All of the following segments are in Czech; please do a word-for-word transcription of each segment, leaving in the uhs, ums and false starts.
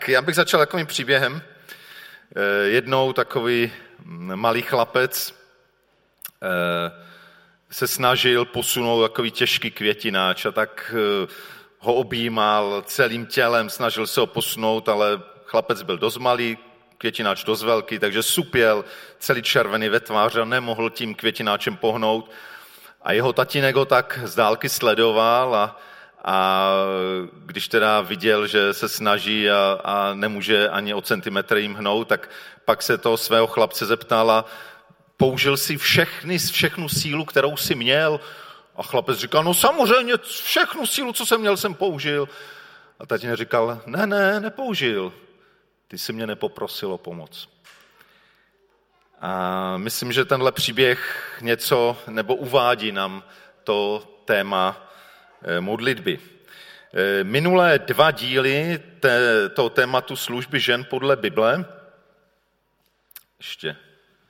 Já bych začal takovým příběhem. Jednou takový malý chlapec se snažil posunout takový těžký květináč a tak ho objímal celým tělem, snažil se ho posunout, ale chlapec byl dost malý, květináč dost velký, takže supěl celý červený ve tváři a nemohl tím květináčem pohnout. A jeho tatínek ho tak z dálky sledoval a, a když teda viděl, že se snaží a, a nemůže ani o centimetr jim hnout, tak pak se toho svého chlapce zeptal a použil si všechny, všechnu sílu, kterou si měl. A chlapec říkal, no samozřejmě, všechnu sílu, co jsem měl, jsem použil. A tatínek říkal, ne, ne, nepoužil. Ty jsi mě nepoprosil o pomoc. A myslím, že tenhle příběh něco, nebo uvádí nám to téma modlitby. Minulé dva díly té, toho tématu služby žen podle Bible, ještě,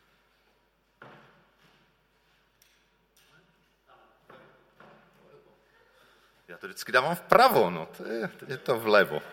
já to vždycky dávám vpravo, no, to je, je to vlevo.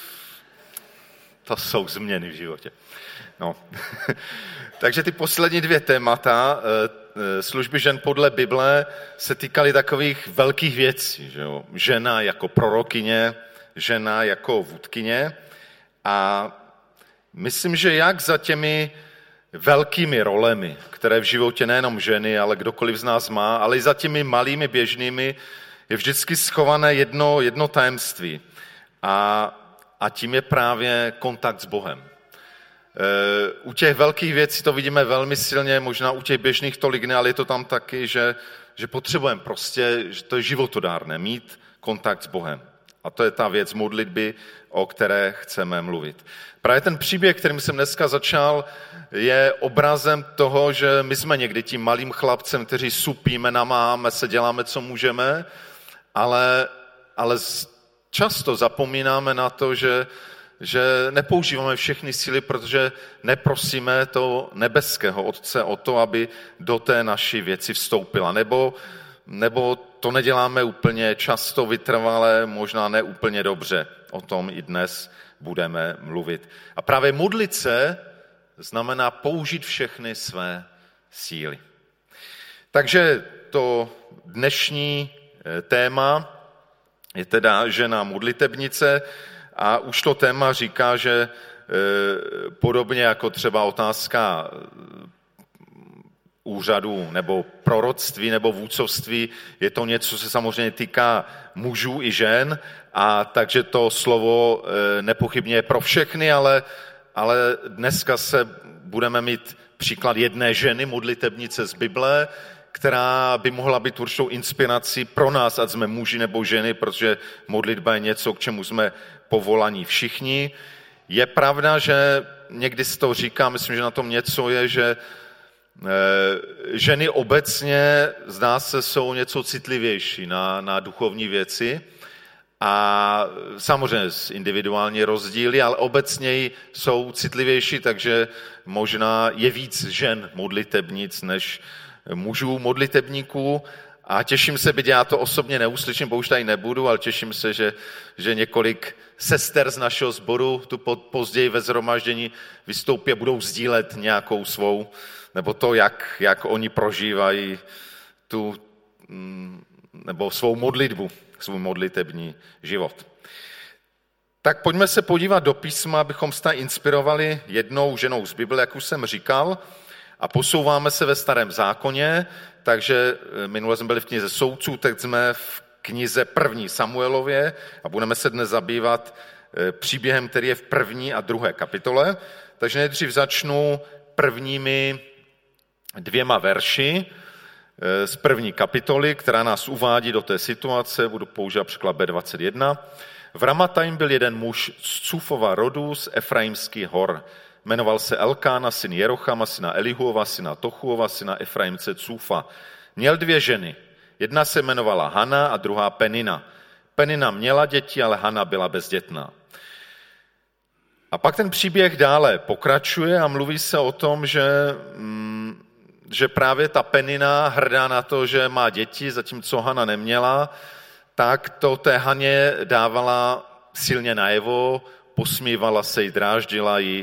To jsou změny v životě. No. Takže ty poslední dvě témata služby žen podle Bible se týkaly takových velkých věcí. Že jo? Žena jako prorokyně, žena jako vůdkyně. A myslím, že jak za těmi velkými rolemi, které v životě nejenom ženy, ale kdokoliv z nás má, ale i za těmi malými běžnými je vždycky schované jedno, jedno tajemství. A A tím je právě kontakt s Bohem. U těch velkých věcí to vidíme velmi silně, možná u těch běžných tolik ne, ale je to tam taky, že, že potřebujeme prostě, že to je životodárné, mít kontakt s Bohem. A to je ta věc modlitby, o které chceme mluvit. Právě ten příběh, kterým jsem dneska začal, je obrazem toho, že my jsme někdy tím malým chlapcem, kteří supíme, namáháme se, děláme, co můžeme, ale, ale často zapomínáme na to, že, že nepoužíváme všechny síly, protože neprosíme to nebeského Otce o to, aby do té naší věci vstoupila. Nebo, nebo to neděláme úplně často, vytrvale, možná ne úplně dobře. O tom i dnes budeme mluvit. A právě modlit se znamená použít všechny své síly. Takže to dnešní téma je teda žena modlitebnice a už to téma říká, že podobně jako třeba otázka úřadu nebo proroctví nebo vůdcovství, je to něco, co se samozřejmě týká mužů i žen, a takže to slovo nepochybně je pro všechny, ale, ale dneska se budeme mít příklad jedné ženy modlitebnice z Bible, která by mohla být určitou inspirací pro nás, ať jsme muži nebo ženy, protože modlitba je něco, k čemu jsme povolaní všichni. Je pravda, že někdy se to říká, myslím, že na tom něco je, že ženy obecně, zdá se, jsou něco citlivější na, na duchovní věci a samozřejmě individuální rozdíly, ale obecněji jsou citlivější, takže možná je víc žen modlitebnic než mužů modlitebníků a těším se, byť já to osobně neuslyším, bo už tady nebudu, ale těším se, že, že několik sester z našeho sboru tu později ve shromáždění vystoupí a budou sdílet nějakou svou, nebo to, jak, jak oni prožívají tu, nebo svou modlitbu, svůj modlitební život. Tak pojďme se podívat do písma, abychom se inspirovali jednou ženou z Bible, jak už jsem říkal, a posouváme se ve Starém zákoně, takže minule jsme byli v knize Soudců, teď jsme v knize první Samuelově a budeme se dnes zabývat příběhem, který je v první a druhé kapitole. Takže nejdřív začnu prvními dvěma verši z první kapitoly, která nás uvádí do té situace, budu používat překlad bé dvacet jedna. V Ramatajim byl jeden muž z Cúfova rodu z Efraimských hor. Jmenoval se Elkána, syn Jerochama, syna Elihuova, syna Tochuova, syna Efraimce Cúfa. Měl dvě ženy. Jedna se jmenovala Hana a druhá Penina. Penina měla děti, ale Hana byla bezdětná. A pak ten příběh dále pokračuje a mluví se o tom, že, že právě ta Penina, hrdá na to, že má děti, zatímco Hana neměla, tak to té Haně dávala silně najevo, posmívala se jí, dráždila ji,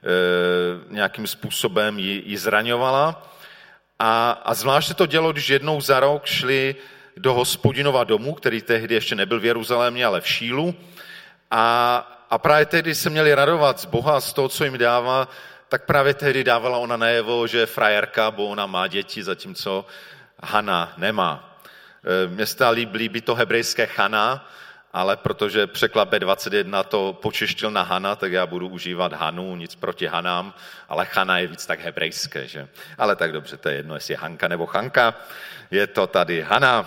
nějakým způsobem ji, ji zraňovala. A, a zvláště to dělo, když jednou za rok šli do Hospodinova domu, který tehdy ještě nebyl v Jeruzalémě, ale v Šílu. A, a právě tehdy se měli radovat z Boha, z toho, co jim dává, tak právě tehdy dávala ona najevo, že je frajerka, bo ona má děti, zatímco Hana nemá. Mně se líbí, líbí to hebrejské Chana, ale protože překlad B dvacet jedna to počeštil na Hana, tak já budu užívat Hanu, nic proti Hanám, ale Chana je víc tak hebrejské, že? Ale tak dobře, to je jedno, jestli je Hanka nebo Chanka, je to tady Hana.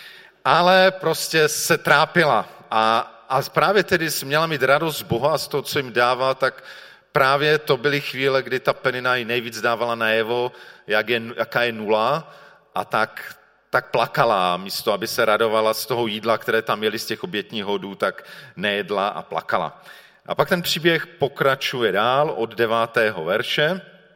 Ale prostě se trápila a, a právě tedy měla mít radost z Boha a z toho, co jim dává, tak právě to byly chvíle, kdy ta Penina jí nejvíc dávala najevo, jak je, jaká je nula, a tak, tak plakala. Místo, aby se radovala z toho jídla, které tam jeli z těch obětních hodů, tak nejedla a plakala. A pak ten příběh pokračuje dál od devátého verše,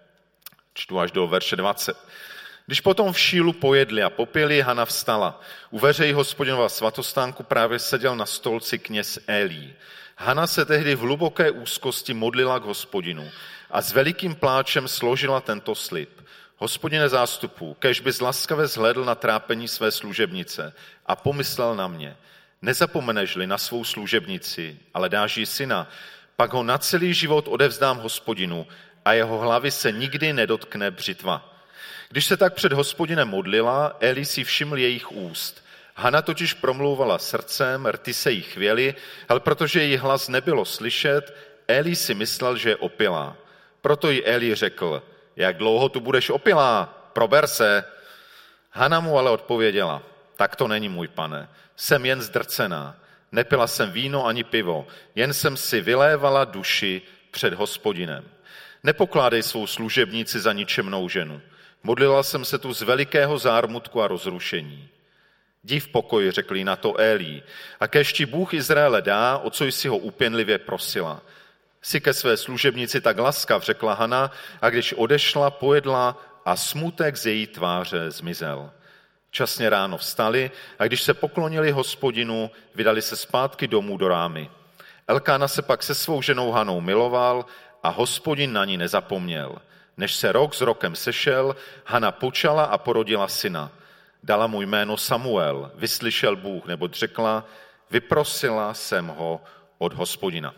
čtu až do verše dvacet. Když potom v Šílu pojedli a popili, Hana vstala. U veřejí Hospodinova svatostánku právě seděl na stolci kněz Élí. Hana se tehdy v hluboké úzkosti modlila k Hospodinu a s velikým pláčem složila tento slib. Hospodine zástupů, kéž bys laskavě zhlédl na trápení své služebnice a pomyslel na mě. Nezapomeneš-li na svou služebnici, ale dáš jí syna, pak ho na celý život odevzdám Hospodinu a jeho hlavy se nikdy nedotkne břitva. Když se tak před Hospodinem modlila, Eli si všiml jejich úst. Hana totiž promlouvala srdcem, rty se jí chvěly, ale protože její hlas nebylo slyšet, Eli si myslel, že je opilá. Proto jí Eli řekl, jak dlouho tu budeš opilá, prober se. Hana mu ale odpověděla, tak to není, můj pane, jsem jen zdrcená, nepila jsem víno ani pivo, jen jsem si vylévala duši před Hospodinem. Nepokládej svou služebnici za ničemnou ženu. Modlila jsem se tu z velikého zármutku a rozrušení. Jdi v pokoji, řekl jí na to Élí, a kéž ti Bůh Izraele dá, o co jsi ho úpěnlivě prosila. Jsi ke své služebnici tak laskav, řekla Hana, a když odešla, pojedla a smutek z její tváře zmizel. Časně ráno vstali a když se poklonili Hospodinu, vydali se zpátky domů do Rámy. Elkána se pak se svou ženou Hanou miloval a Hospodin na ní nezapomněl. Než se rok s rokem sešel, Hana počala a porodila syna. Dala mu jméno Samuel, vyslyšel Bůh, nebo řekla, vyprosila jsem ho od Hospodina.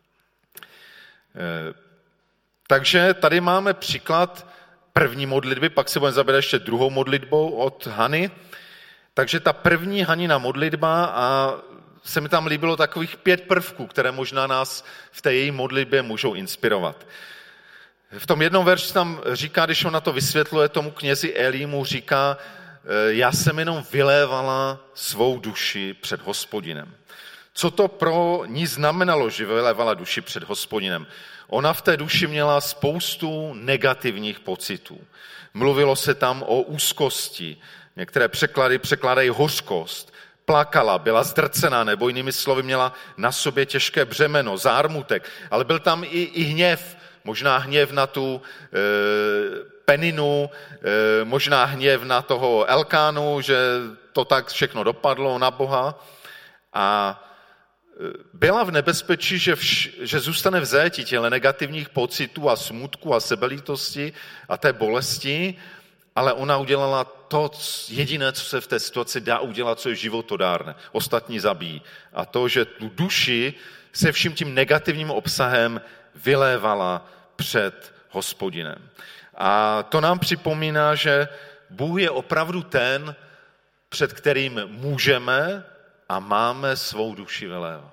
E, takže tady máme příklad první modlitby, pak se budeme zabývat ještě druhou modlitbou od Hany. Takže ta první Hanina modlitba, a se mi tam líbilo takových pět prvků, které možná nás v té její modlitbě můžou inspirovat. V tom jednom verši tam říká, když on na to vysvětluje tomu knězi Elímu, říká, já jsem jenom vylévala svou duši před Hospodinem. Co to pro ní znamenalo, že vylévala duši před Hospodinem? Ona v té duši měla spoustu negativních pocitů. Mluvilo se tam o úzkosti, některé překlady překládají hořkost, plakala, byla zdrcená, nebo jinými slovy měla na sobě těžké břemeno, zármutek, ale byl tam i, i hněv, možná hněv na tu e, Peninu, e, možná hněv na toho Elkánu, že to tak všechno dopadlo na Boha. A byla v nebezpečí, že, vš, že zůstane v zajetí těle negativních pocitů a smutku a sebelítosti a té bolesti, ale ona udělala to jediné, co se v té situaci dá udělat, co je životodárné. Ostatní zabíjí. A to, že tu duši se vším tím negativním obsahem vylévala před Hospodinem. A to nám připomíná, že Bůh je opravdu ten, před kterým můžeme a máme svou duši vylévat.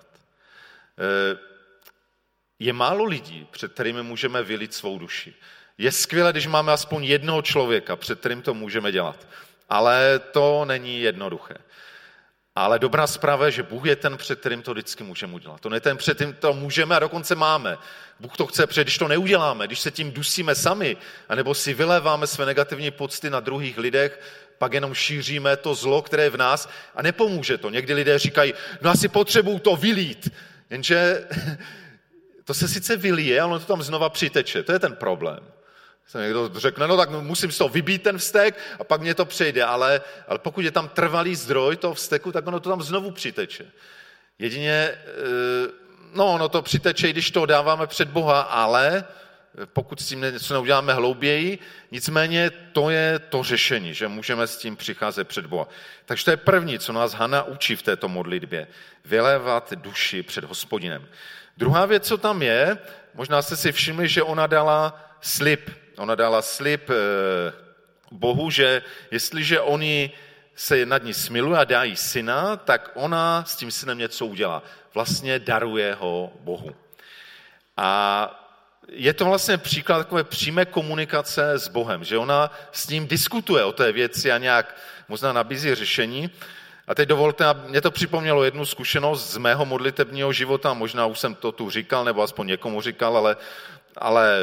Je málo lidí, před kterými můžeme vylít svou duši. Je skvělé, když máme aspoň jednoho člověka, před kterým to můžeme dělat. Ale to není jednoduché. Ale dobrá zpráva je, že Bůh je ten, před kterým to vždycky můžeme udělat. To je ten, před kterým to můžeme a dokonce máme. Bůh to chce, protože když to neuděláme, když se tím dusíme sami, anebo si vyléváme své negativní pocity na druhých lidech, pak jenom šíříme to zlo, které je v nás a nepomůže to. Někdy lidé říkají, no asi potřebuju to vylít, jenže to se sice vylije, ale ono to tam znova přiteče. To je ten problém. Někdo řekne, no tak musím z toho vybít ten vztek a pak mě to přejde, ale, ale pokud je tam trvalý zdroj toho vzteku, tak ono to tam znovu přiteče. Jedině no ono to přiteče, když to dáváme před Boha, ale pokud s tím něco neuděláme hlouběji, nicméně to je to řešení, že můžeme s tím přicházet před Boha. Takže to je první, co nás Hana učí v této modlitbě. Vylévat duši před Hospodinem. Druhá věc, co tam je, možná jste si všimli, že ona dala slib. Ona dala slib Bohu, že jestliže oni se nad ní smiluje a dá jí syna, tak ona s tím synem něco udělá. Vlastně daruje ho Bohu. A je to vlastně příklad takové přímé komunikace s Bohem, že ona s ním diskutuje o té věci a nějak možná nabízí řešení. A teď dovolte, mě to připomnělo jednu zkušenost z mého modlitebního života, možná už jsem to tu říkal, nebo aspoň někomu říkal, ale, ale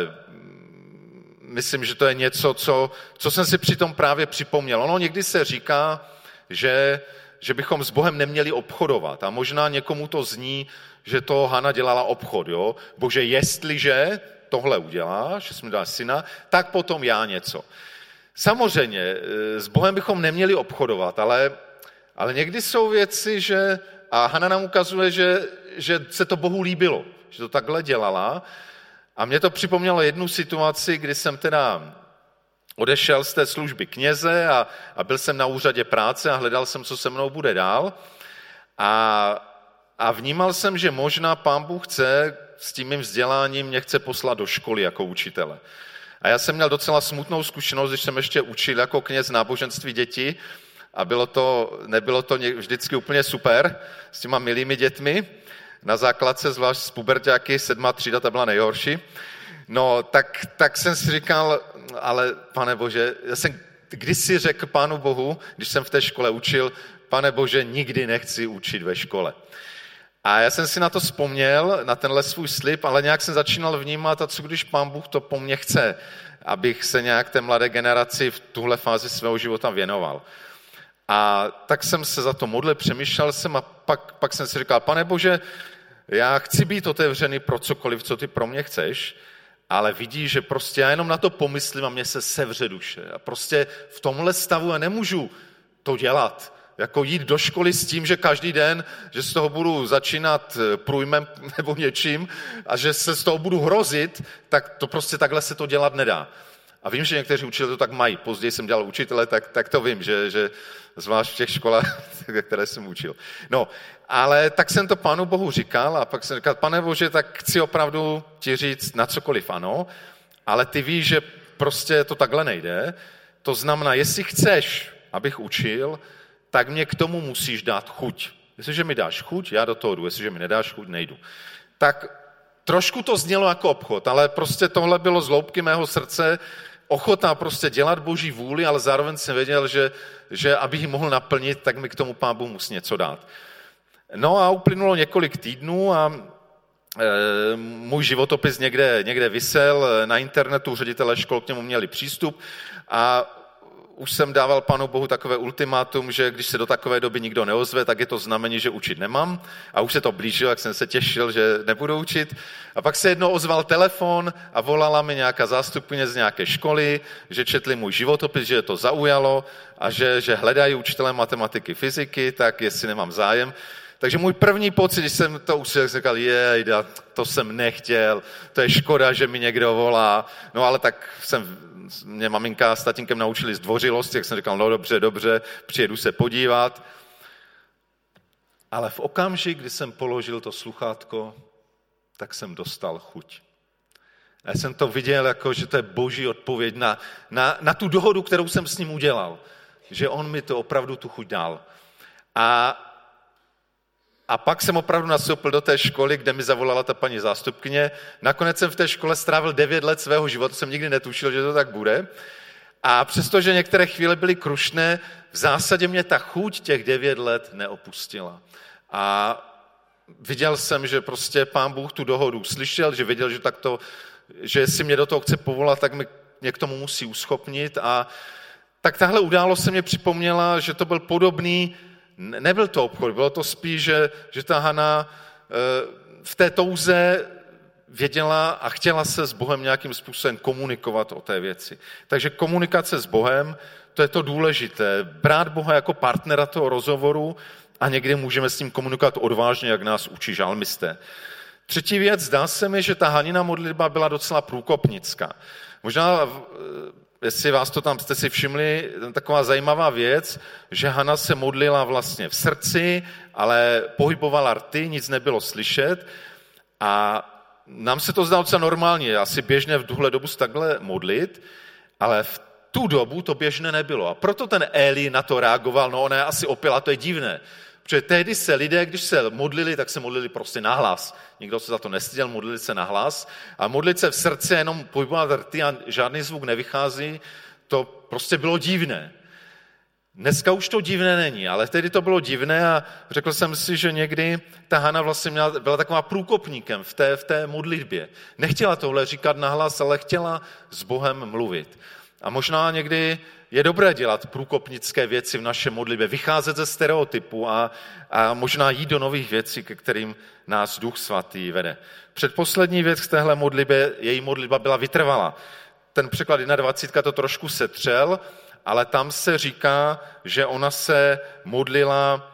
myslím, že to je něco, co, co jsem si přitom právě připomněl. Ono někdy se říká, že, že bychom s Bohem neměli obchodovat a možná někomu to zní, že to Hana dělala obchod, jo? Bože, jestliže tohle uděláš, že jsi mi dal syna, tak potom já něco. Samozřejmě, s Bohem bychom neměli obchodovat, ale, ale někdy jsou věci, že, a Hana nám ukazuje, že, že se to Bohu líbilo, že to takhle dělala. A mě to připomnělo jednu situaci, kdy jsem teda odešel z té služby kněze a, a byl jsem na úřadě práce a hledal jsem, co se mnou bude dál. A A vnímal jsem, že možná Pán Bůh chce s tím mým vzděláním mě chce poslat do školy jako učitele. A já jsem měl docela smutnou zkušenost, když jsem ještě učil jako kněz náboženství dětí a bylo to, nebylo to vždycky úplně super s těma milými dětmi. Na základce, zvlášť z puberťáky, sedmá třída, ta byla nejhorší. No, tak, tak jsem si říkal, ale Pane Bože, já jsem kdysi řekl Pánu Bohu, když jsem v té škole učil, Pane Bože, nikdy nechci učit ve škole. A já jsem si na to vzpomněl, na tenhle svůj slib, ale nějak jsem začínal vnímat, a co když Pán Bůh to po mně chce, abych se nějak té mladé generaci v tuhle fázi svého života věnoval. A tak jsem se za to modlil, přemýšlel jsem a pak, pak jsem si říkal, Pane Bože, já chci být otevřený pro cokoliv, co ty pro mě chceš, ale vidíš, že prostě já jenom na to pomyslím a mě se sevře duše. A prostě v tomhle stavu já nemůžu to dělat. Jako jít do školy s tím, že každý den, že z toho budu začínat průjmem nebo něčím a že se z toho budu hrozit, tak to prostě takhle se to dělat nedá. A vím, že někteří učitelé to tak mají. Později jsem dělal učitele, tak, tak to vím, že, že zvlášť v těch školách, které jsem učil. No, ale tak jsem to Pánu Bohu říkal a pak jsem říkal, Pane Bože, tak chci opravdu ti říct na cokoliv ano, ale ty víš, že prostě to takhle nejde. To znamená, jestli chceš, abych učil, tak mě k tomu musíš dát chuť. Jestliže mi dáš chuť, já do toho jdu, jestliže mi nedáš chuť, nejdu. Tak trošku to znělo jako obchod, ale prostě tohle bylo z hloubky mého srdce, ochota prostě dělat Boží vůli, ale zároveň jsem věděl, že, že abych ji mohl naplnit, tak mi k tomu Pán Bůh musí něco dát. No a uplynulo několik týdnů a e, můj životopis někde, někde visel na internetu, ředitelé škol k němu měli přístup a už jsem dával Pánu Bohu takové ultimátum, že když se do takové doby nikdo neozve, tak je to znamení, že učit nemám. A už se to blížilo, jak jsem se těšil, že nebudu učit. A pak se jednou ozval telefon a volala mi nějaká zástupkyně z nějaké školy, že četli můj životopis, že je to zaujalo a že, že hledají učitele matematiky, fyziky, tak jestli nemám zájem. Takže můj první pocit, když jsem to uslyšel, jsem říkal, jej, to jsem nechtěl, to je škoda, že mi někdo volá. No ale tak jsem, mě maminka s tatínkem naučili zdvořilosti, jak jsem říkal, no dobře, dobře, přijedu se podívat. Ale v okamžik, kdy jsem položil to sluchátko, tak jsem dostal chuť. A já jsem to viděl, jako, že to je Boží odpověď na, na, na tu dohodu, kterou jsem s ním udělal. Že on mi to opravdu tu chuť dal. A A pak jsem opravdu nastoupil do té školy, kde mi zavolala ta paní zástupkyně. Nakonec jsem v té škole strávil devět let svého života, jsem nikdy netušil, že to tak bude. A přestože některé chvíle byly krušné, v zásadě mě ta chuť těch devět let neopustila. A viděl jsem, že prostě Pán Bůh tu dohodu slyšel, že věděl, že, tak to, že jestli mě do toho chce povolat, tak mě k tomu musí uschopnit. A tak tahle událost se mě připomněla, že to byl podobný. Nebyl to obchod, bylo to spíš, že, že ta Hana v té touze věděla a chtěla se s Bohem nějakým způsobem komunikovat o té věci. Takže komunikace s Bohem, to je to důležité. Brát Boha jako partnera toho rozhovoru a někdy můžeme s ním komunikovat odvážně, jak nás učí žalmisté. Třetí věc, zdá se mi, že ta Hanina modlitba byla docela průkopnická. Možná, jestli vás to tam jste si všimli, taková zajímavá věc, že Hana se modlila vlastně v srdci, ale pohybovala rty, nic nebylo slyšet a nám se to zdá docela normálně, asi běžné v tuhle dobu se takhle modlit, ale v tu dobu to běžné nebylo. A proto ten Eli na to reagoval, no ona je asi opila, to je divné. Protože tehdy se lidé, když se modlili, tak se modlili prostě nahlas. Nikdo se za to nestyděl, modlili se nahlas. A modlit se v srdci, jenom pohybovat rty a žádný zvuk nevychází, to prostě bylo divné. Dneska už to divné není, ale tehdy to bylo divné a řekl jsem si, že někdy ta Hana vlastně měla, byla taková průkopníkem v té, v té modlitbě. Nechtěla tohle říkat nahlas, ale chtěla s Bohem mluvit. A možná někdy je dobré dělat průkopnické věci v naše modlitbě, vycházet ze stereotypů a, a možná jít do nových věcí, ke kterým nás Duch Svatý vede. Předposlední věc v téhle modlitbě, její modlitba byla vytrvalá. Ten překlad dvacet jedna to trošku setřel, ale tam se říká, že ona se modlila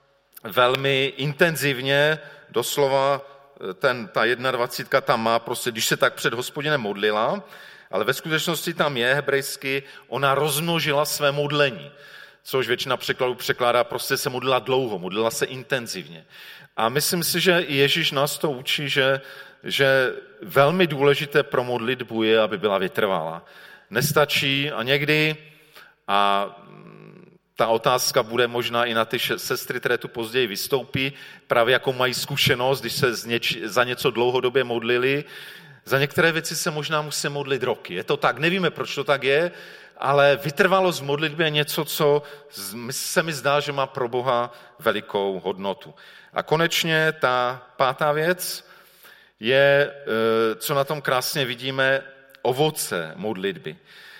velmi intenzivně, doslova ten, ta dvacet jedna tam má, prostě, když se tak před Hospodinem modlila, ale ve skutečnosti tam je hebrejsky, ona rozmnožila své modlení, což většina překladů překládá, prostě se modlila dlouho, modlila se intenzivně. A myslím si, že Ježíš nás to učí, že, že velmi důležité pro modlitbu je, aby byla vytrvalá. Nestačí a někdy, a ta otázka bude možná i na ty sestry, které tu později vystoupí, právě jako mají zkušenost, když se za něco dlouhodobě modlili. Za některé věci se možná musí modlit roky. Je to tak, nevíme, proč to tak je, ale vytrvalost v modlitbě je něco, co se mi zdá, že má pro Boha velikou hodnotu. A konečně ta pátá věc je, co na tom krásně vidíme, ovoce modlitby.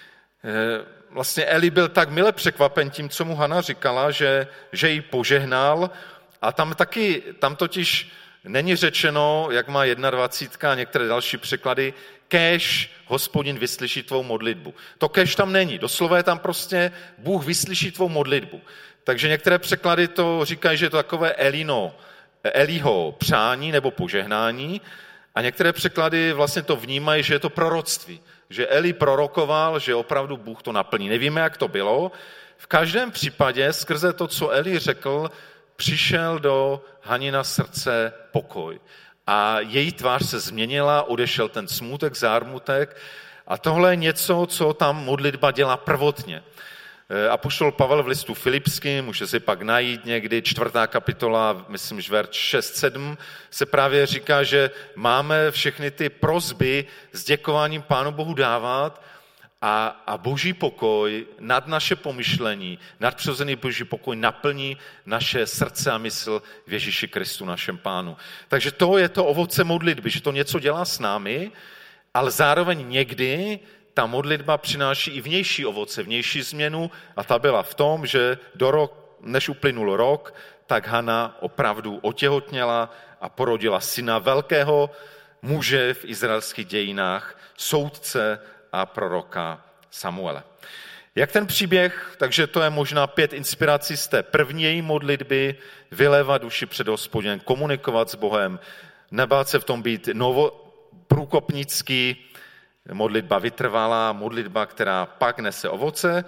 Vlastně Eli byl tak mile překvapen tím, co mu Hana říkala, že, že jí požehnal a tam taky, tam totiž není řečeno, jak má dvacet jedna a některé další překlady, kéž Hospodin vyslyší tvou modlitbu. To kéž tam není, doslova je tam prostě Bůh vyslyší tvou modlitbu. Takže některé překlady to říkají, že je to takové Elino, Eliho přání nebo požehnání a některé překlady vlastně to vnímají, že je to proroctví. Že Eli prorokoval, že opravdu Bůh to naplní. Nevíme, jak to bylo. V každém případě skrze to, co Eli řekl, přišel do Hanina srdce pokoj. A její tvář se změnila, odešel ten smutek, zármutek. A tohle je něco, co tam modlitba dělá prvotně. Apoštol Pavel v listu Filipským, může si pak najít někdy, čtvrtá kapitola, myslím, že verš šest sedm, se právě říká, že máme všechny ty prosby s děkováním Pánu Bohu dávat a, a boží pokoj nad naše pomyšlení, nadpřirozený boží pokoj naplní naše srdce a mysl v Ježíši Kristu, našem Pánu. Takže to je to ovoce modlitby, že to něco dělá s námi, ale zároveň někdy ta modlitba přináší i vnější ovoce, vnější změnu a ta byla v tom, že do rok, než uplynul rok, tak Hana opravdu otěhotněla a porodila syna, velkého muže v izraelských dějinách, soudce a proroka Samuele. Jak ten příběh, takže to je možná pět inspirací z té první její modlitby, vylévat duši před Hospodinem, komunikovat s Bohem, nebát se v tom být novo, průkopnický, modlitba vytrvalá, modlitba, která pak nese ovoce.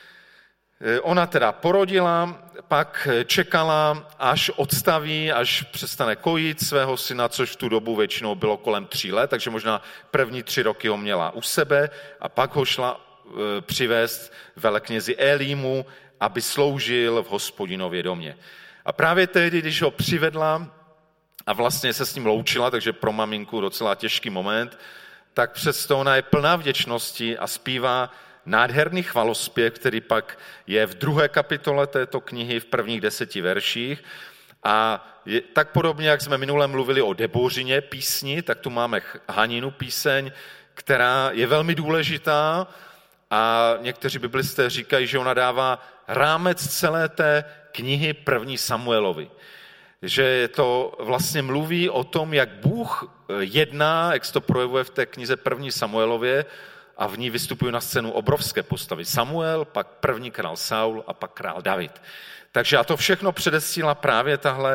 Ona teda porodila, pak čekala, až odstaví, až přestane kojit svého syna, což v tu dobu většinou bylo kolem tří let, takže možná první tři roky ho měla u sebe a pak ho šla přivést veleknězi Elímu, aby sloužil v Hospodinově domě. A právě tehdy, když ho přivedla a vlastně se s ním loučila, takže pro maminku docela těžký moment, tak přesto ona je plná vděčnosti a zpívá nádherný chvalospěv, který pak je v druhé kapitole této knihy v prvních deseti verších. A je, tak podobně, jak jsme minule mluvili o Debořině písni, tak tu máme Haninu píseň, která je velmi důležitá a někteří biblisté říkají, že ona dává rámec celé té knihy první Samuelovi. Že to vlastně mluví o tom, jak Bůh jedná, jak se to projevuje v té knize první Samuelově a v ní vystupují na scénu obrovské postavy. Samuel, pak první král Saul a pak král David. Takže a to všechno předesílá právě tahle,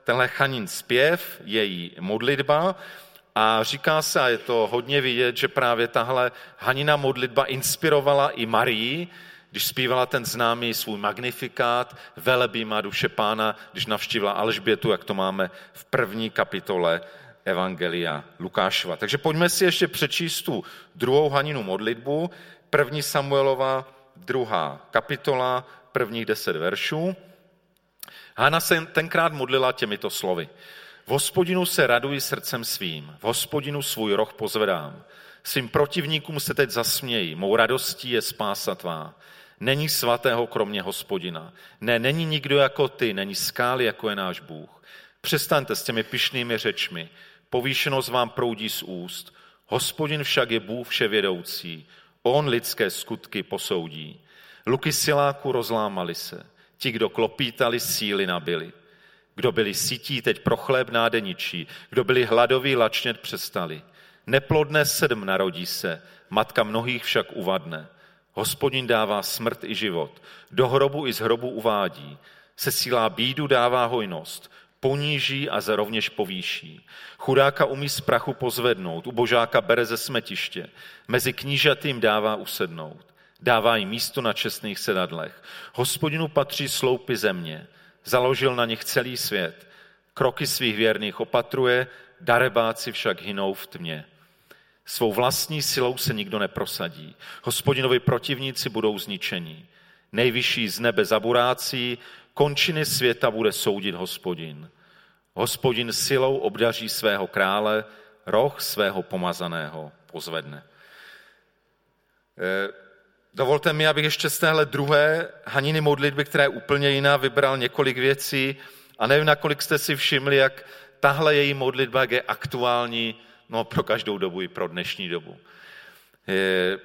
tenhle Hanin zpěv, její modlitba a říká se, a je to hodně vidět, že právě tahle Hanina modlitba inspirovala i Marii, když zpívala ten známý svůj magnifikát, velebí má duše Pána, když navštívila Alžbětu, jak to máme v první kapitole Evangelia Lukášova. Takže pojďme si ještě přečíst tu druhou Haninu modlitbu, první Samuelova, druhá kapitola, prvních deset veršů. Hana se tenkrát modlila těmito slovy. V Hospodinu se raduji srdcem svým, v Hospodinu svůj roh pozvedám. Svým protivníkům se teď zasmějí, mou radostí je spása tvá. Není svatého kromě Hospodina. Ne, není nikdo jako ty, není skály, jako je náš Bůh. Přestaňte s těmi pyšnými řečmi, povýšenost vám proudí z úst. Hospodin však je Bůh vševědoucí, on lidské skutky posoudí. Luky siláků rozlámaly se, ti, kdo klopítali, síly nabili. Kdo byli sytí, teď pro chléb nádeničí, kdo byli hladoví, lačnět přestali. Neplodné sedm narodí se, matka mnohých však uvadne. Hospodin dává smrt i život, do hrobu i z hrobu uvádí. Sesílá bídu, dává hojnost, poníží a rovněž povýší. Chudáka umí z prachu pozvednout, ubožáka bere ze smetiště, mezi knížatým dává usednout. Dává jim místo na čestných sedadlech. Hospodinu patří sloupy země, založil na nich celý svět. Kroky svých věrných opatruje, darebáci však hynou v tmě. Svou vlastní silou se nikdo neprosadí. Hospodinovi protivníci budou zničeni. Nejvyšší z nebe zaburácí, končiny světa bude soudit Hospodin. Hospodin silou obdaří svého krále, roh svého pomazaného pozvedne. Dovolte mi, abych ještě z téhle druhé Haniny modlitby, která je úplně jiná, vybral několik věcí a nevím, nakolik jste si všimli, jak tahle její modlitba je aktuální no, pro každou dobu i pro dnešní dobu. Je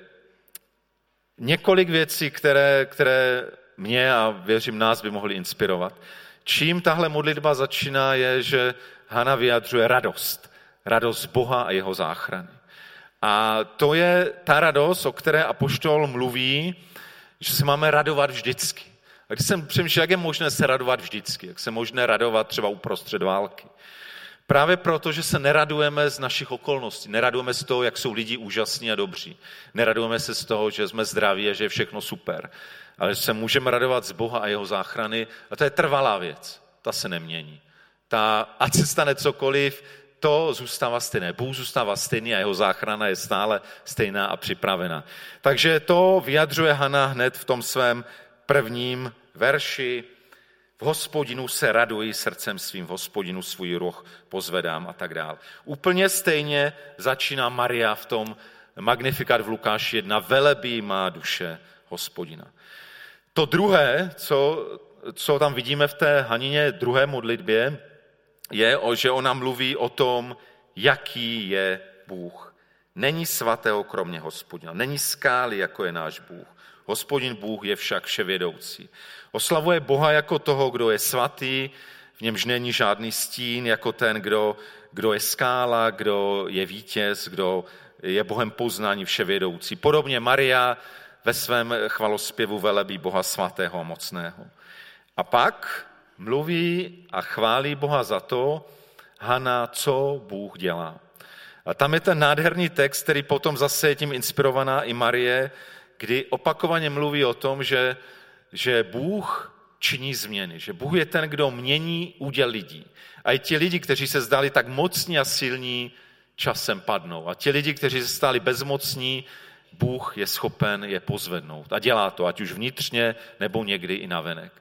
několik věcí, které, které mě a věřím nás by mohly inspirovat. Čím tahle modlitba začíná je, že Hana vyjadřuje radost. Radost Boha a jeho záchrany. A to je ta radost, o které apoštol mluví, že se máme radovat vždycky. A když jsem přemýšlel, jak je možné se radovat vždycky, jak se možné radovat třeba uprostřed války. Právě proto, že se neradujeme z našich okolností, neradujeme z toho, jak jsou lidi úžasní a dobří. Neradujeme se z toho, že jsme zdraví a že je všechno super. Ale že se můžeme radovat z Boha a jeho záchrany. A to je trvalá věc. Ta se nemění. Ta, ať se stane cokoliv, to zůstává stejné. Bůh zůstává stejný a jeho záchrana je stále stejná a připravená. Takže to vyjadřuje Hana hned v tom svém prvním verši. V Hospodinu se raduji srdcem svým, v Hospodinu svůj roh pozvedám a tak dál. Úplně stejně začíná Maria v tom Magnifikat v Lukáši jedna. Velebí má duše Hospodina. To druhé, co, co tam vidíme v té Hanině druhé modlitbě, je, že ona mluví o tom, jaký je Bůh. Není svatého kromě Hospodina, není skály, jako je náš Bůh. Hospodin Bůh je však vševědoucí. Oslavuje Boha jako toho, kdo je svatý, v němž není žádný stín, jako ten, kdo, kdo je skála, kdo je vítěz, kdo je Bohem poznání vševědoucí. Podobně Maria ve svém chvalospěvu velebí Boha svatého a mocného. A pak mluví a chválí Boha za to, Hana, co Bůh dělá. A tam je ten nádherný text, který potom zase je tím inspirovaná i Marie, kdy opakovaně mluví o tom, že, že Bůh činí změny, že Bůh je ten, kdo mění úděl lidí. A i ti lidi, kteří se zdali tak mocní a silní, časem padnou. A ti lidi, kteří se stali bezmocní, Bůh je schopen je pozvednout. A dělá to, ať už vnitřně, nebo někdy i navenek.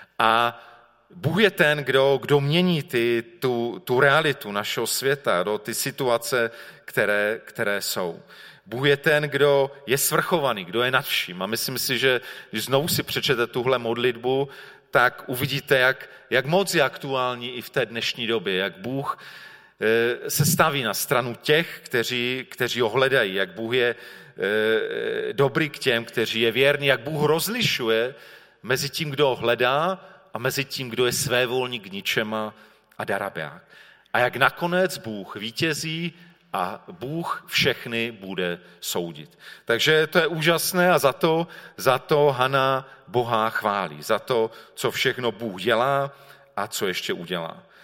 A Bůh je ten, kdo, kdo mění ty, tu, tu realitu našeho světa, do ty situace, které, které jsou. Bůh je ten, kdo je svrchovaný, kdo je nad vším. A myslím si, že když znovu si přečtete tuhle modlitbu, tak uvidíte, jak, jak moc je aktuální i v té dnešní době, jak Bůh se staví na stranu těch, kteří, kteří ho hledají, jak Bůh je dobrý k těm, kteří je věrný, jak Bůh rozlišuje mezi tím, kdo ho hledá a mezi tím, kdo je svévolník k ničema a darabák. A jak nakonec Bůh vítězí a Bůh všechny bude soudit. Takže to je úžasné a za to, za to Hana Boha chválí. Za to, co všechno Bůh dělá a co ještě udělá.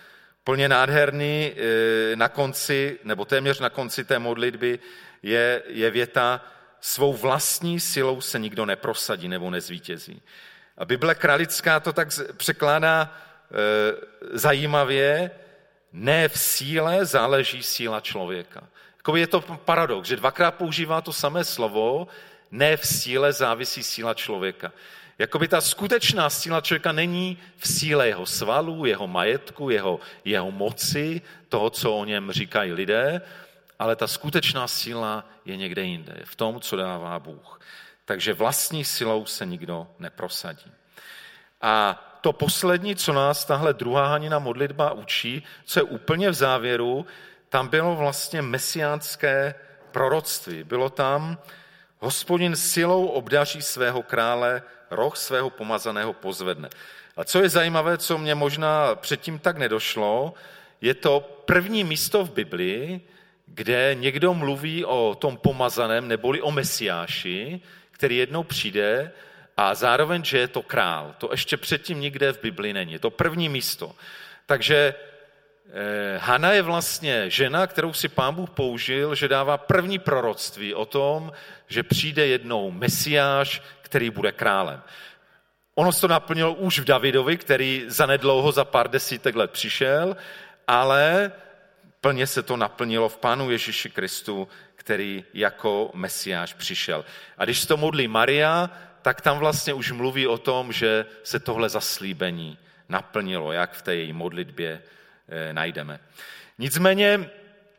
Plně nádherný na konci, nebo téměř na konci té modlitby je, je věta: svou vlastní silou se nikdo neprosadí nebo nezvítězí. A Bible kralická to tak překládá e, zajímavě: ne v síle záleží síla člověka. Jakoby je to paradox, že dvakrát používá to samé slovo: ne v síle závisí síla člověka. Jakoby ta skutečná síla člověka není v síle jeho svalů, jeho majetku, jeho, jeho moci, toho, co o něm říkají lidé, ale ta skutečná síla je někde jinde, v tom, co dává Bůh. Takže vlastní silou se nikdo neprosadí. A to poslední, co nás tahle druhá Hanina modlitba učí, co je úplně v závěru, tam bylo vlastně mesiánské proroctví. Bylo tam: Hospodin silou obdaří svého krále, roh svého pomazaného pozvedne. A co je zajímavé, co mě možná předtím tak nedošlo, je to první místo v Biblii, kde někdo mluví o tom pomazaném, neboli o Mesiáši, který jednou přijde, a zároveň, že je to král. To ještě předtím nikde v Biblii není. Je to první místo. Takže eh, Hana je vlastně žena, kterou si Pán Bůh použil, že dává první proroctví o tom, že přijde jednou Mesiáš, který bude králem. Ono se to naplnilo už v Davidovi, který zanedlouho za pár desítek let přišel, ale plně se to naplnilo v Pánu Ježíši Kristu, který jako Mesiáš přišel. A když se to modlí Maria, tak tam vlastně už mluví o tom, že se tohle zaslíbení naplnilo, jak v té její modlitbě e, najdeme. Nicméně e,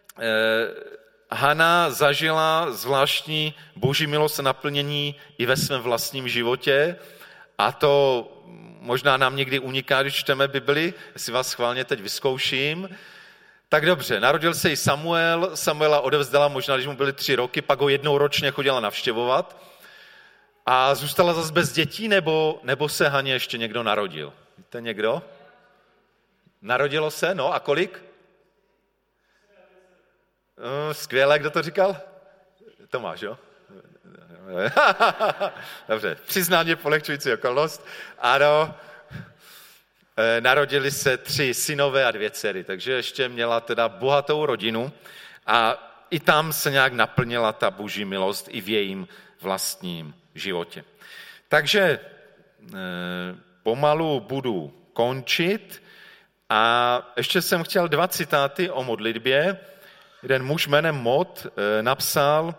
Hana zažila zvláštní boží milost a naplnění i ve svém vlastním životě, a to možná nám někdy uniká, když čteme Bibli, jestli vás schválně teď vyzkouším. Tak dobře, narodil se i Samuel, Samuela odevzdala možná, když mu byly tři roky, pak ho jednou ročně chodila navštěvovat a zůstala zase bez dětí, nebo, nebo se Haně ještě někdo narodil? Víte někdo? Narodilo se, no a kolik? Skvěle, kdo to říkal? Tomáš, jo? Dobře, přiznání polehčující okolnost. Ano, narodili se tři synové a dvě dcery, takže ještě měla teda bohatou rodinu a i tam se nějak naplnila ta boží milost i v jejím vlastním životě. Takže pomalu budu končit a ještě jsem chtěl dva citáty o modlitbě. Jeden muž jménem Mod napsal,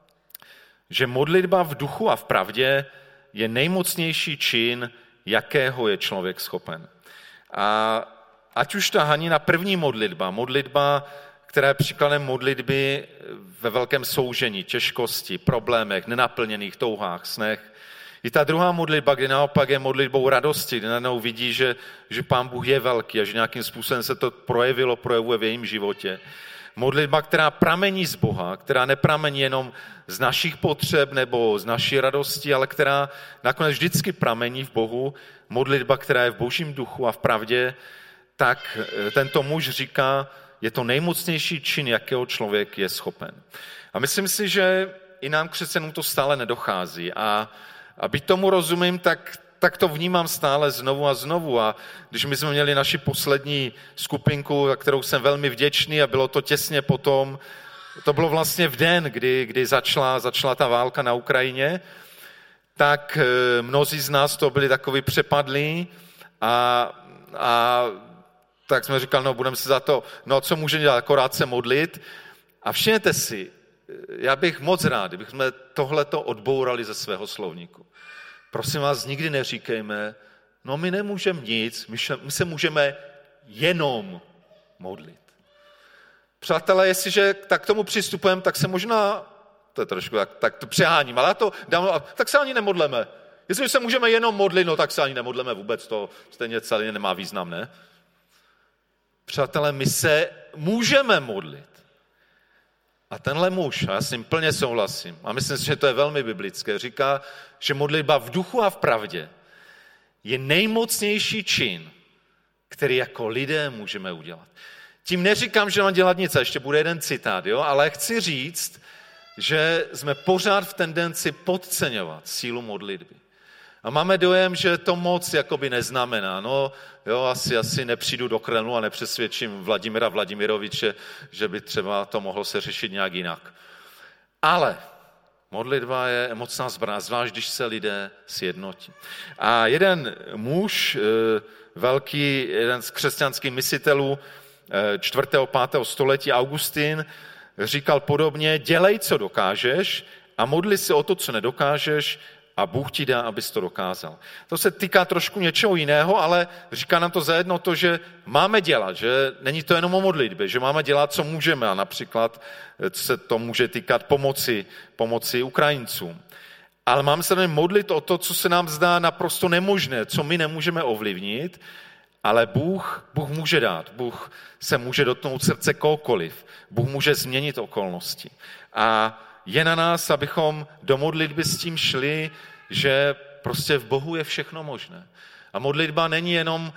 že modlitba v duchu a v pravdě je nejmocnější čin, jakého je člověk schopen. A ať už ta Hanina první modlitba, modlitba, která je příkladem modlitby ve velkém soužení, těžkosti, problémech, nenaplněných touhách, snech, i ta druhá modlitba, kdy naopak je modlitbou radosti, kdy najednou vidí, že, že Pán Bůh je velký a že nějakým způsobem se to projevilo, projevuje v jejím životě. Modlitba, která pramení z Boha, která nepramení jenom z našich potřeb nebo z naší radosti, ale která nakonec vždycky pramení v Bohu. Modlitba, která je v božím duchu a v pravdě, tak tento muž říká, je to nejmocnější čin, jakého člověk je schopen. A myslím si, že i nám křesťanům to stále nedochází. A, a byť tomu rozumím, tak tak to vnímám stále znovu a znovu. A když my jsme měli naši poslední skupinku, za kterou jsem velmi vděčný, a bylo to těsně potom, to bylo vlastně v den, kdy, kdy začala, začala ta válka na Ukrajině, tak mnozí z nás to byli takový přepadlí a, a tak jsme říkali, no budeme se za to, no co můžeme dělat, akorát se modlit. A všimněte si, já bych moc rád, kdybychom tohleto odbourali ze svého slovníku. Prosím vás, nikdy neříkejme, no my nemůžeme nic, my se můžeme jenom modlit. Přátelé, jestliže tak k tomu přistupujeme, tak se možná, to je trošku tak, tak to přeháním, ale to dám, tak se ani nemodleme. Jestliže se můžeme jenom modlit, no tak se ani nemodleme vůbec, to stejně celé nemá význam, ne? Přátelé, my se můžeme modlit. A tenhle muž, a já s ním plně souhlasím, a myslím si, že to je velmi biblické, říká, že modlitba v duchu a v pravdě je nejmocnější čin, který jako lidé můžeme udělat. Tím neříkám, že mám dělat nic, a ještě bude jeden citát, jo? Ale chci říct, že jsme pořád v tendenci podceňovat sílu modlitby. A máme dojem, že to moc jakoby neznamená. No jo, asi, asi nepřijdu do Kremlu a nepřesvědčím Vladimira Vladimiroviče, že by třeba to mohlo se řešit nějak jinak. Ale modlitba je mocná zbraň, zvlášť když se lidé sjednotí. A jeden muž, velký, jeden z křesťanských myslitelů čtvrtého pátého století, Augustín, říkal podobně, dělej, co dokážeš a modli se o to, co nedokážeš a Bůh ti dá, abys to dokázal. To se týká trošku něčeho jiného, ale říká nám to zajedno to, že máme dělat, že není to jenom o modlitbě, že máme dělat, co můžeme a například se to může týkat pomoci, pomoci Ukrajincům. Ale máme se modlit o to, co se nám zdá naprosto nemožné, co my nemůžeme ovlivnit, ale Bůh, Bůh může dát, Bůh se může dotknout srdce kohokoliv, Bůh může změnit okolnosti. A je na nás, abychom do modlitby s tím šli, že prostě v Bohu je všechno možné. A modlitba není jenom,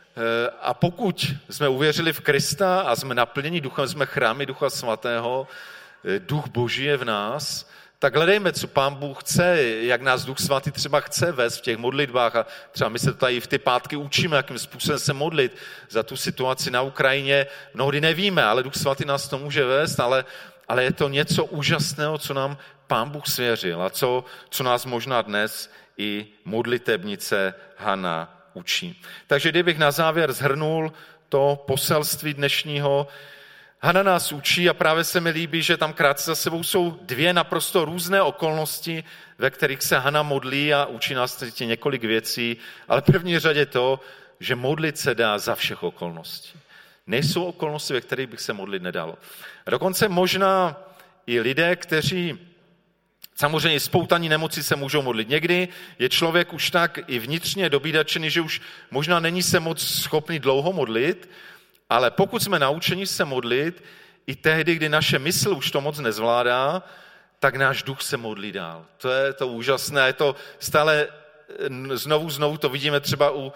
a pokud jsme uvěřili v Krista a jsme naplněni duchem, jsme chrámy Ducha Svatého, Duch Boží je v nás, tak hledejme, co Pán Bůh chce, jak nás Duch Svatý třeba chce vést v těch modlitbách a třeba my se tady v ty pátky učíme, jakým způsobem se modlit za tu situaci na Ukrajině. Mnohdy nevíme, ale Duch Svatý nás to může vést, ale, ale je to něco úžasného, co nám Pán Bůh svěřil a co, co nás možná dnes i modlitebnice Hana učí. Takže kdybych na závěr shrnul to poselství dnešního, Hana nás učí a právě se mi líbí, že tam krátce za sebou jsou dvě naprosto různé okolnosti, ve kterých se Hana modlí a učí nás teď několik věcí, ale v první řadě to, že modlit se dá za všech okolností. Nejsou okolnosti, ve kterých bych se modlit nedalo. A dokonce možná i lidé, kteří samozřejmě spoutaní nemoci se můžou modlit. Někdy je člověk už tak i vnitřně dobídačený, že už možná není se moc schopný dlouho modlit, ale pokud jsme naučeni se modlit, i tehdy, kdy naše mysl už to moc nezvládá, tak náš duch se modlí dál. To je to úžasné, je to stále znovu, znovu to vidíme třeba u,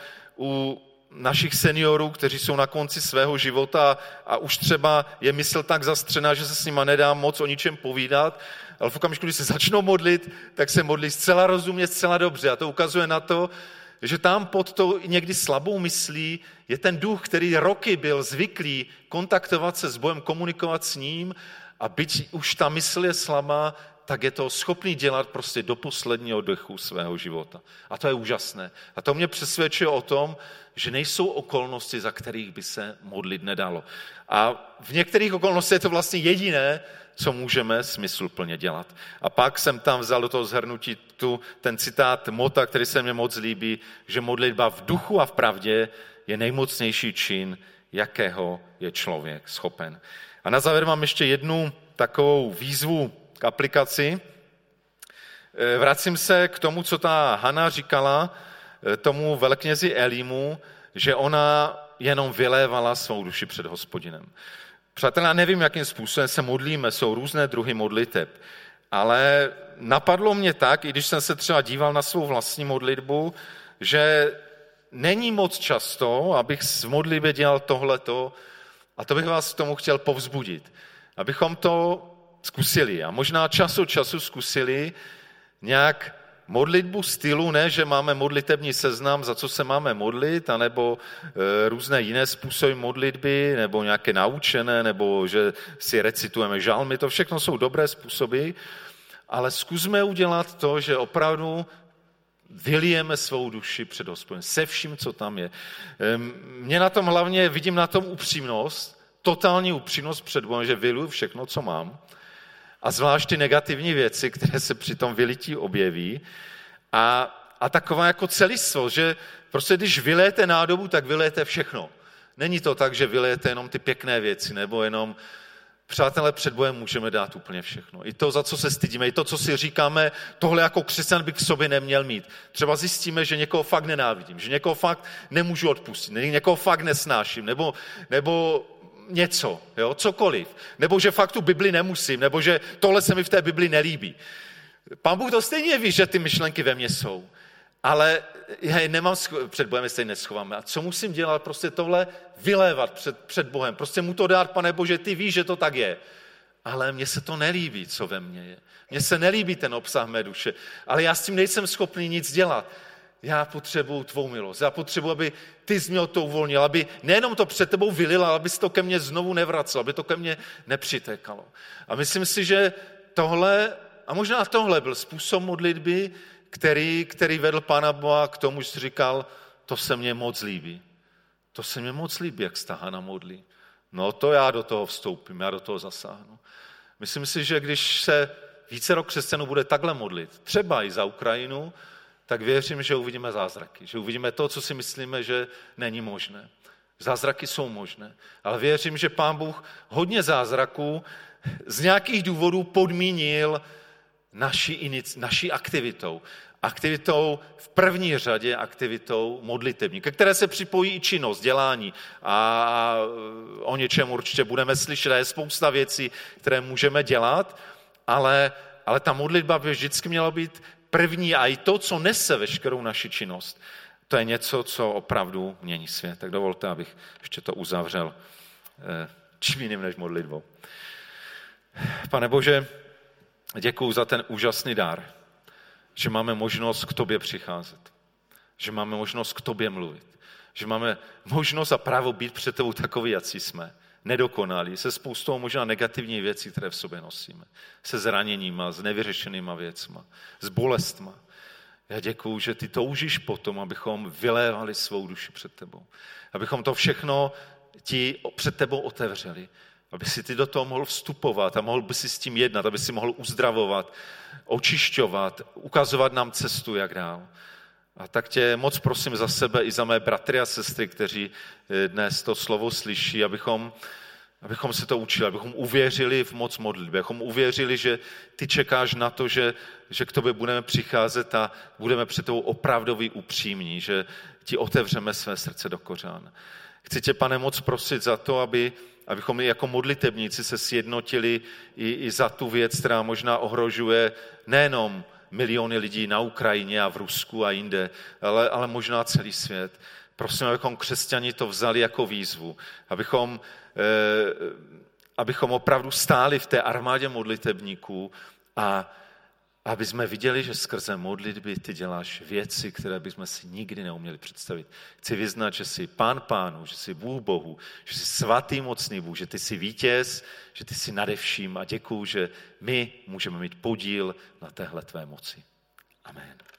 u našich seniorů, kteří jsou na konci svého života a už třeba je mysl tak zastřená, že se s nima nedá moc o ničem povídat, ale v okamžiku, když se začnou modlit, tak se modlí zcela rozumně, zcela dobře a to ukazuje na to, že tam pod tou někdy slabou myslí je ten duch, který roky byl zvyklý kontaktovat se s Bohem, komunikovat s ním a byť už ta mysl je slabá, tak je to schopný dělat prostě do posledního dechu svého života. A to je úžasné. A to mě přesvědčuje o tom, že nejsou okolnosti, za kterých by se modlit nedalo. A v některých okolnostech je to vlastně jediné, co můžeme smysluplně dělat. A pak jsem tam vzal do toho shrnutí tu, ten citát Mota, který se mně moc líbí, že modlitba v duchu a v pravdě je nejmocnější čin, jakého je člověk schopen. A na závěr mám ještě jednu takovou výzvu k aplikaci. Vracím se k tomu, co ta Hana říkala tomu veleknězi Elimu, že ona jenom vylévala svou duši před Hospodinem. Přátelé, já nevím, jakým způsobem se modlíme, jsou různé druhy modliteb, ale napadlo mě tak, i když jsem se třeba díval na svou vlastní modlitbu, že není moc často, abych v modlitbě dělal tohleto, a to bych vás k tomu chtěl povzbudit, abychom to zkusili a možná čas od času zkusili nějak modlitbu stylu, ne, že máme modlitební seznam, za co se máme modlit, anebo e, různé jiné způsoby modlitby, nebo nějaké naučené, nebo že si recitujeme žalmy, to všechno jsou dobré způsoby, ale zkusme udělat to, že opravdu vylijeme svou duši před Hospodinem, se vším, co tam je. E, mě na tom hlavně, vidím na tom upřímnost, totální upřímnost před Bohem, že vyliju všechno, co mám, a zvlášť ty negativní věci, které se při tom vylití objeví. A, a taková jako celistvo, že prostě když vylijete nádobu, tak vylijete všechno. Není to tak, že vylijete jenom ty pěkné věci, nebo jenom, přátelé, před Bohem můžeme dát úplně všechno. I to, za co se stydíme, i to, co si říkáme, tohle jako křesťan bych k sobě neměl mít. Třeba zjistíme, že někoho fakt nenávidím, že někoho fakt nemůžu odpustit, někoho fakt nesnáším, nebo, nebo něco, jo, cokoliv. Nebo že fakt tu Bibli nemusím, nebo že tohle se mi v té Bibli nelíbí. Pán Bůh to stejně ví, že ty myšlenky ve mně jsou, ale já je nemám, před Bohem je stejně neschováme. A co musím dělat? Prostě tohle vylévat před, před Bohem. Prostě mu to dát, Pane Bože, ty víš, že to tak je. Ale mně se to nelíbí, co ve mně je. Mně se nelíbí ten obsah mé duše, ale já s tím nejsem schopný nic dělat. já potřebuju tvou milost. Já potřebuji, aby ty jsi mě to uvolnil, aby nejenom to před tebou vylil, ale abys to ke mně znovu nevracel, aby to ke mně nepřitékalo. A myslím si, že tohle, a možná tohle byl způsob modlitby, který, který vedl Pána Boha k tomu, že si říkal, to se mně moc líbí. To se mně moc líbí, jak se Hana modlí. No to já do toho vstoupím, já do toho zasáhnu. Myslím si, že když se vícero křesťanů bude takhle modlit, třeba i za Ukrajinu, tak věřím, že uvidíme zázraky. Že uvidíme to, co si myslíme, že není možné. Zázraky jsou možné. Ale věřím, že Pán Bůh hodně zázraků z nějakých důvodů podmínil naší, naší aktivitou. Aktivitou v první řadě aktivitou modlitební, ke které se připojí i činnost, dělání a o něčem určitě budeme slyšet. Je spousta věcí, které můžeme dělat, ale, ale ta modlitba by vždycky měla být první a i to, co nese veškerou naši činnost. To je něco, co opravdu mění svět. Tak dovolte, abych ještě to uzavřel čím jiným než modlitbou. Pane Bože, děkuju za ten úžasný dar, že máme možnost k tobě přicházet, že máme možnost k tobě mluvit, že máme možnost a právo být před tebou takový, jací jsme, nedokonalí, se spoustou možná negativních věcí, které v sobě nosíme, se zraněníma, s nevyřešenýma věcma, s bolestma. Já děkuju, že ty toužíš potom, abychom vylévali svou duši před tebou, abychom to všechno ti před tebou otevřeli, aby si ty do toho mohl vstupovat a mohl by si s tím jednat, aby si mohl uzdravovat, očišťovat, ukazovat nám cestu, jak dál. A tak tě moc prosím za sebe i za mé bratry a sestry, kteří dnes to slovo slyší, abychom, abychom se to učili, abychom uvěřili v moc modlitby, abychom uvěřili, že ty čekáš na to, že, že k tobě budeme přicházet a budeme před tebou opravdový upřímní, že ti otevřeme své srdce do kořán. Chci tě, Pane, moc prosit za to, aby abychom jako modlitebníci se sjednotili i, i za tu věc, která možná ohrožuje nejenom miliony lidí na Ukrajině a v Rusku a jinde, ale, ale možná celý svět. Prosím, abychom křesťani to vzali jako výzvu, abychom, eh, abychom opravdu stáli v té armádě modlitebníků a aby jsme viděli, že skrze modlitby ty děláš věci, které bychom si nikdy neuměli představit. Chci vyznat, že jsi Pán pánů, že jsi Bůh bohu, že jsi svatý mocný Bůh, že ty jsi vítěz, že ty jsi nade vším a děkuju, že my můžeme mít podíl na téhle tvé moci. Amen.